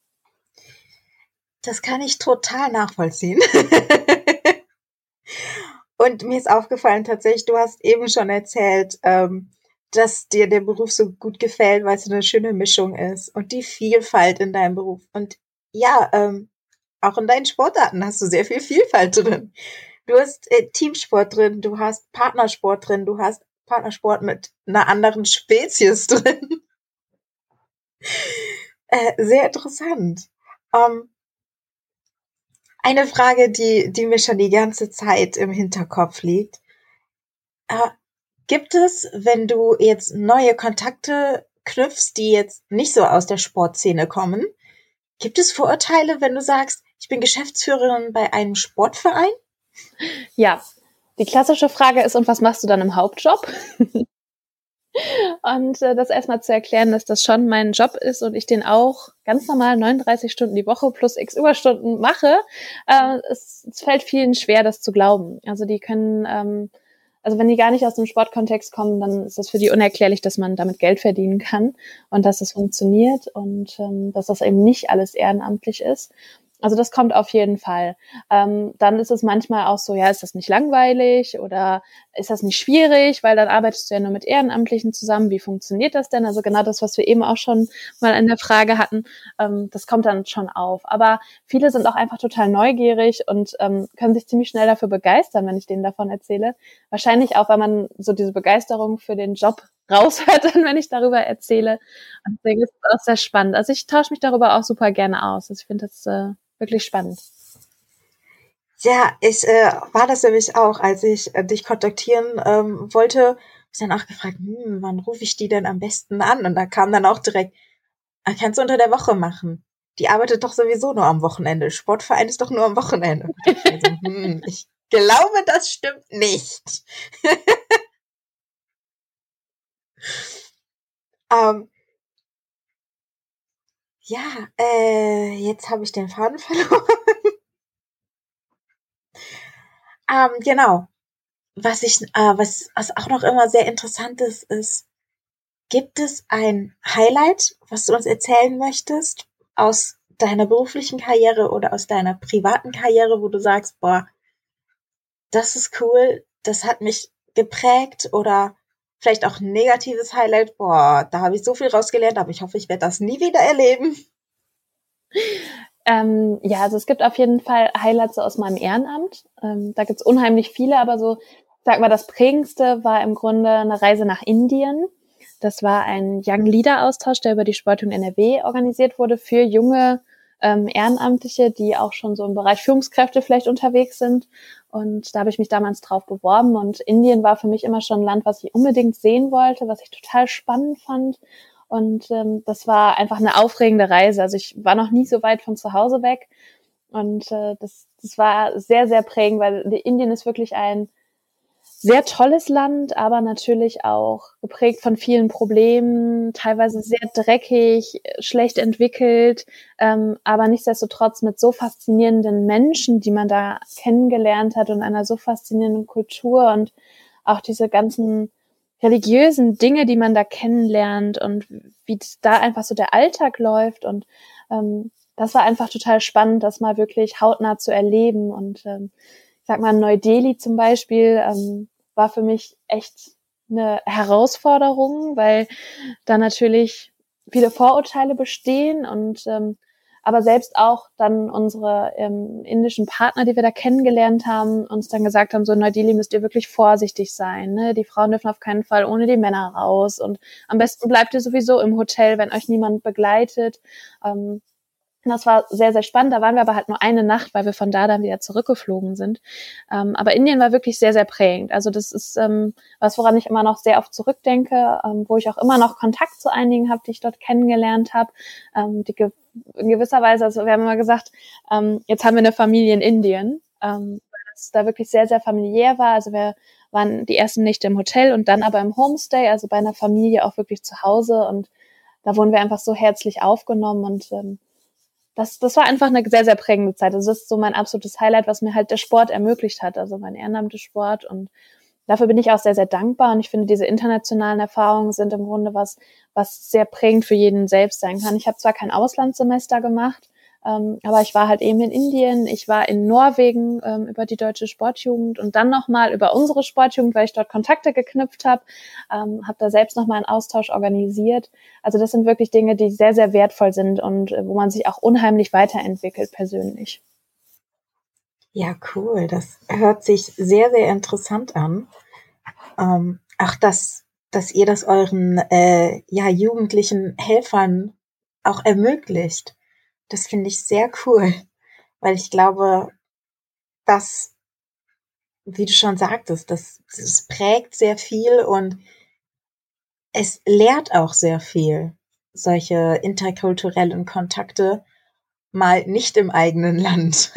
Das kann ich total nachvollziehen. Und mir ist aufgefallen tatsächlich, du hast eben schon erzählt, ähm, dass dir der Beruf so gut gefällt, weil es eine schöne Mischung ist und die Vielfalt in deinem Beruf. Und ja, ähm, auch in deinen Sportarten hast du sehr viel Vielfalt drin. Du hast äh, Teamsport drin, du hast Partnersport drin, du hast Partnersport mit einer anderen Spezies drin. Äh, sehr interessant. Ähm, eine Frage, die, die mir schon die ganze Zeit im Hinterkopf liegt. Äh, gibt es, wenn du jetzt neue Kontakte knüpfst, die jetzt nicht so aus der Sportszene kommen, gibt es Vorurteile, wenn du sagst, ich bin Geschäftsführerin bei einem Sportverein? Ja, die klassische Frage ist, und was machst du dann im Hauptjob? Und äh, das erstmal zu erklären, dass das schon mein Job ist und ich den auch ganz normal neununddreißig Stunden die Woche plus x Überstunden mache, äh, es, es fällt vielen schwer, das zu glauben. Also die können, ähm, also wenn die gar nicht aus dem Sportkontext kommen, dann ist das für die unerklärlich, dass man damit Geld verdienen kann und dass es funktioniert und ähm, dass das eben nicht alles ehrenamtlich ist. Also das kommt auf jeden Fall. Ähm, dann ist es manchmal auch so, ja, ist das nicht langweilig oder ist das nicht schwierig, weil dann arbeitest du ja nur mit Ehrenamtlichen zusammen. Wie funktioniert das denn? Also genau das, was wir eben auch schon mal in der Frage hatten, ähm, das kommt dann schon auf. Aber viele sind auch einfach total neugierig und ähm, können sich ziemlich schnell dafür begeistern, wenn ich denen davon erzähle. Wahrscheinlich auch, weil man so diese Begeisterung für den Job raushört, dann, wenn ich darüber erzähle. Und deswegen ist es auch sehr spannend. Also ich tausche mich darüber auch super gerne aus. Also ich finde das äh, wirklich spannend. Ja, ich äh, war das nämlich auch, als ich äh, dich kontaktieren ähm, wollte, hab ich dann auch gefragt, hm, wann rufe ich die denn am besten an? Und da kam dann auch direkt, ah, kannst du unter der Woche machen. Die arbeitet doch sowieso nur am Wochenende. Sportverein ist doch nur am Wochenende. Und ich dachte mir so, hm, ich glaube, das stimmt nicht. ähm, ja, äh, jetzt habe ich den Faden verloren. ähm, genau. Was ich, äh, was, was auch noch immer sehr interessant ist, ist, gibt es ein Highlight, was du uns erzählen möchtest aus deiner beruflichen Karriere oder aus deiner privaten Karriere, wo du sagst, boah, das ist cool, das hat mich geprägt oder vielleicht auch ein negatives Highlight, boah, da habe ich so viel rausgelernt, aber ich hoffe, ich werde das nie wieder erleben. Ähm, ja, also es gibt auf jeden Fall Highlights aus meinem Ehrenamt. Ähm, da gibt's unheimlich viele, aber so, sag mal, das prägendste war im Grunde eine Reise nach Indien. Das war ein Young Leader Austausch, der über die Sportjugend N R W organisiert wurde für junge ähm, Ehrenamtliche, die auch schon so im Bereich Führungskräfte vielleicht unterwegs sind. Und da habe ich mich damals drauf beworben. Und Indien war für mich immer schon ein Land, was ich unbedingt sehen wollte, was ich total spannend fand. Und ähm, das war einfach eine aufregende Reise. Also ich war noch nie so weit von zu Hause weg. Und äh, das, das war sehr, sehr prägend, weil Indien ist wirklich ein sehr tolles Land, aber natürlich auch geprägt von vielen Problemen, teilweise sehr dreckig, schlecht entwickelt, ähm, aber nichtsdestotrotz mit so faszinierenden Menschen, die man da kennengelernt hat und einer so faszinierenden Kultur und auch diese ganzen religiösen Dinge, die man da kennenlernt und wie da einfach so der Alltag läuft. Und ähm, das war einfach total spannend, das mal wirklich hautnah zu erleben. Und ähm, ich sag mal, Neu-Delhi zum Beispiel ähm, war für mich echt eine Herausforderung, weil da natürlich viele Vorurteile bestehen und ähm, aber selbst auch dann unsere ähm, indischen Partner, die wir da kennengelernt haben, uns dann gesagt haben, so in Neu-Delhi müsst ihr wirklich vorsichtig sein, ne? Die Frauen dürfen auf keinen Fall ohne die Männer raus und am besten bleibt ihr sowieso im Hotel, wenn euch niemand begleitet. Ähm, Das war sehr, sehr spannend. Da waren wir aber halt nur eine Nacht, weil wir von da dann wieder zurückgeflogen sind. Ähm, aber Indien war wirklich sehr, sehr prägend. Also das ist ähm, was, woran ich immer noch sehr oft zurückdenke, ähm, wo ich auch immer noch Kontakt zu einigen habe, die ich dort kennengelernt habe. Ähm, die ge- in gewisser Weise, also wir haben immer gesagt, ähm, jetzt haben wir eine Familie in Indien, ähm, weil das da wirklich sehr, sehr familiär war. Also wir waren die ersten Nächte im Hotel und dann aber im Homestay, also bei einer Familie auch wirklich zu Hause. Und da wurden wir einfach so herzlich aufgenommen und ähm, das, das war einfach eine sehr, sehr prägende Zeit. Also das ist so mein absolutes Highlight, was mir halt der Sport ermöglicht hat, also mein Ehrenamtssport. Und dafür bin ich auch sehr, sehr dankbar. Und ich finde, diese internationalen Erfahrungen sind im Grunde was, was sehr prägend für jeden selbst sein kann. Ich habe zwar kein Auslandssemester gemacht, ähm, aber ich war halt eben in Indien, ich war in Norwegen ähm, über die deutsche Sportjugend und dann nochmal über unsere Sportjugend, weil ich dort Kontakte geknüpft habe, ähm, habe da selbst nochmal einen Austausch organisiert. Also das sind wirklich Dinge, die sehr, sehr wertvoll sind und äh, wo man sich auch unheimlich weiterentwickelt persönlich. Ja, cool. Das hört sich sehr, sehr interessant an. Ähm, auch dass, dass ihr das euren äh, ja, jugendlichen Helfern auch ermöglicht. Das finde ich sehr cool, weil ich glaube, dass, wie du schon sagtest, das, das prägt sehr viel und es lehrt auch sehr viel, solche interkulturellen Kontakte mal nicht im eigenen Land.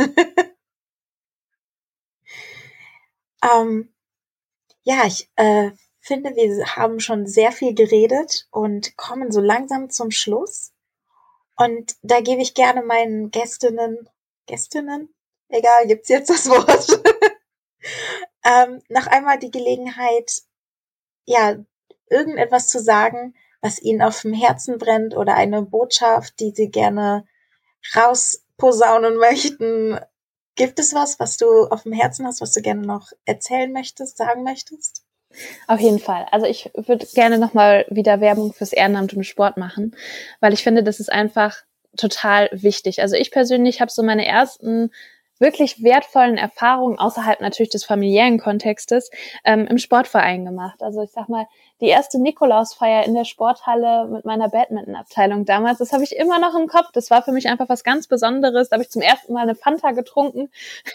ähm, ja, ich äh, finde, wir haben schon sehr viel geredet und kommen so langsam zum Schluss. Und da gebe ich gerne meinen Gästinnen, Gästinnen, egal, gibt's jetzt das Wort, ähm, noch einmal die Gelegenheit, ja, irgendetwas zu sagen, was ihnen auf dem Herzen brennt oder eine Botschaft, die sie gerne rausposaunen möchten. Gibt es was, was du auf dem Herzen hast, was du gerne noch erzählen möchtest, sagen möchtest? Auf jeden Fall. Also ich würde gerne nochmal wieder Werbung fürs Ehrenamt im Sport machen, weil ich finde, das ist einfach total wichtig. Also ich persönlich habe so meine ersten wirklich wertvollen Erfahrungen außerhalb natürlich des familiären Kontextes ähm, im Sportverein gemacht. Also ich sag mal, die erste Nikolausfeier in der Sporthalle mit meiner Badminton-Abteilung damals, das habe ich immer noch im Kopf. Das war für mich einfach was ganz Besonderes. Da habe ich zum ersten Mal eine Fanta getrunken.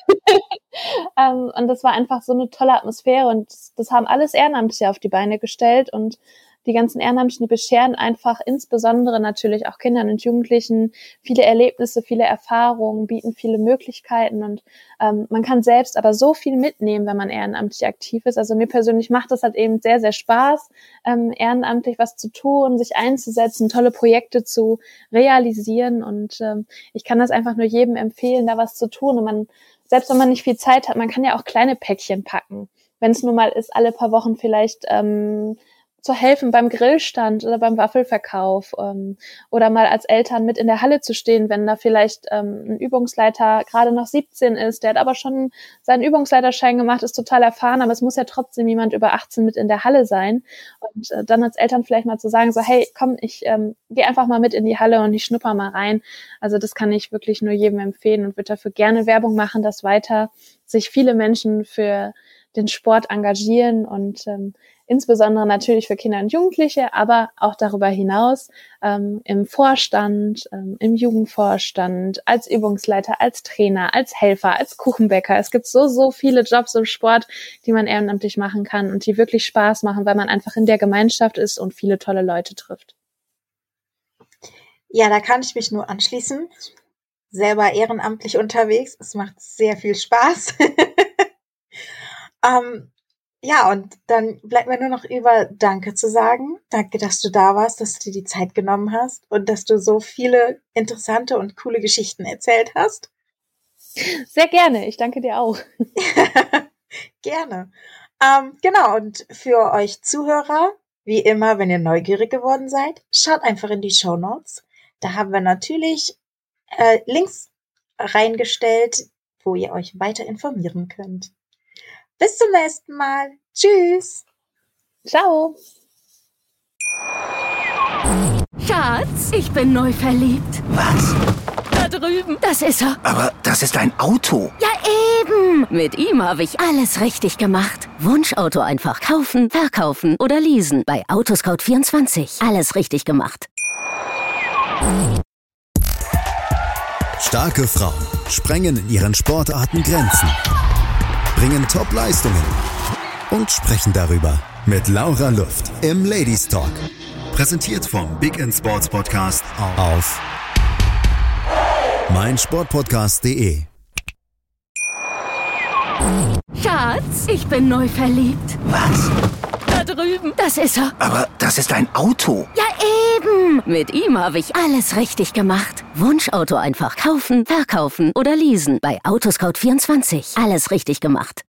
ähm, und das war einfach so eine tolle Atmosphäre. Und das, das haben alles Ehrenamtliche auf die Beine gestellt. Und die ganzen Ehrenamtlichen, die bescheren einfach insbesondere natürlich auch Kindern und Jugendlichen viele Erlebnisse, viele Erfahrungen, bieten viele Möglichkeiten und ähm, man kann selbst aber so viel mitnehmen, wenn man ehrenamtlich aktiv ist. Also mir persönlich macht das halt eben sehr, sehr Spaß, ähm, ehrenamtlich was zu tun, sich einzusetzen, tolle Projekte zu realisieren und ähm, ich kann das einfach nur jedem empfehlen, da was zu tun und man, selbst wenn man nicht viel Zeit hat, man kann ja auch kleine Päckchen packen. Wenn es nun mal ist, alle paar Wochen vielleicht ähm, zu helfen beim Grillstand oder beim Waffelverkauf ähm, oder mal als Eltern mit in der Halle zu stehen, wenn da vielleicht ähm, ein Übungsleiter gerade noch siebzehn ist, der hat aber schon seinen Übungsleiterschein gemacht, ist total erfahren, aber es muss ja trotzdem jemand über achtzehn mit in der Halle sein und äh, dann als Eltern vielleicht mal zu sagen, so hey, komm, ich ähm, gehe einfach mal mit in die Halle und ich schnupper mal rein. Also das kann ich wirklich nur jedem empfehlen und würde dafür gerne Werbung machen, dass weiter sich viele Menschen für den Sport engagieren und ähm, insbesondere natürlich für Kinder und Jugendliche, aber auch darüber hinaus ähm, im Vorstand, ähm, im Jugendvorstand, als Übungsleiter, als Trainer, als Helfer, als Kuchenbäcker. Es gibt so, so viele Jobs im Sport, die man ehrenamtlich machen kann und die wirklich Spaß machen, weil man einfach in der Gemeinschaft ist und viele tolle Leute trifft. Ja, da kann ich mich nur anschließen. selber ehrenamtlich unterwegs. Es macht sehr viel Spaß. ähm, ja, und dann bleibt mir nur noch über Danke zu sagen. Danke, dass du da warst, dass du dir die Zeit genommen hast und dass du so viele interessante und coole Geschichten erzählt hast. Sehr gerne. Ich danke dir auch. Gerne. Ähm, genau, und für euch Zuhörer, wie immer, wenn ihr neugierig geworden seid, schaut einfach in die Shownotes. Da haben wir natürlich äh, Links reingestellt, wo ihr euch weiter informieren könnt. Bis zum nächsten Mal. Tschüss. Ciao. Schatz, ich bin neu verliebt. Was? Da drüben. Das ist er. Aber das ist ein Auto. Ja, eben. Mit ihm habe ich alles richtig gemacht. Wunschauto einfach kaufen, verkaufen oder leasen. Bei Autoscout vierundzwanzig. Alles richtig gemacht. Starke Frauen sprengen in ihren Sportarten Grenzen, bringen Top-Leistungen und sprechen darüber mit Laura Luft im Ladies Talk. Präsentiert vom Big in Sports Podcast auf meinsportpodcast punkt de. Schatz, ich bin neu verliebt. Was? Da drüben. Das ist er. Aber das ist ein Auto. Ja, eben. Mit ihm habe ich alles richtig gemacht. Wunschauto einfach kaufen, verkaufen oder leasen. Bei Autoscout vierundzwanzig. Alles richtig gemacht.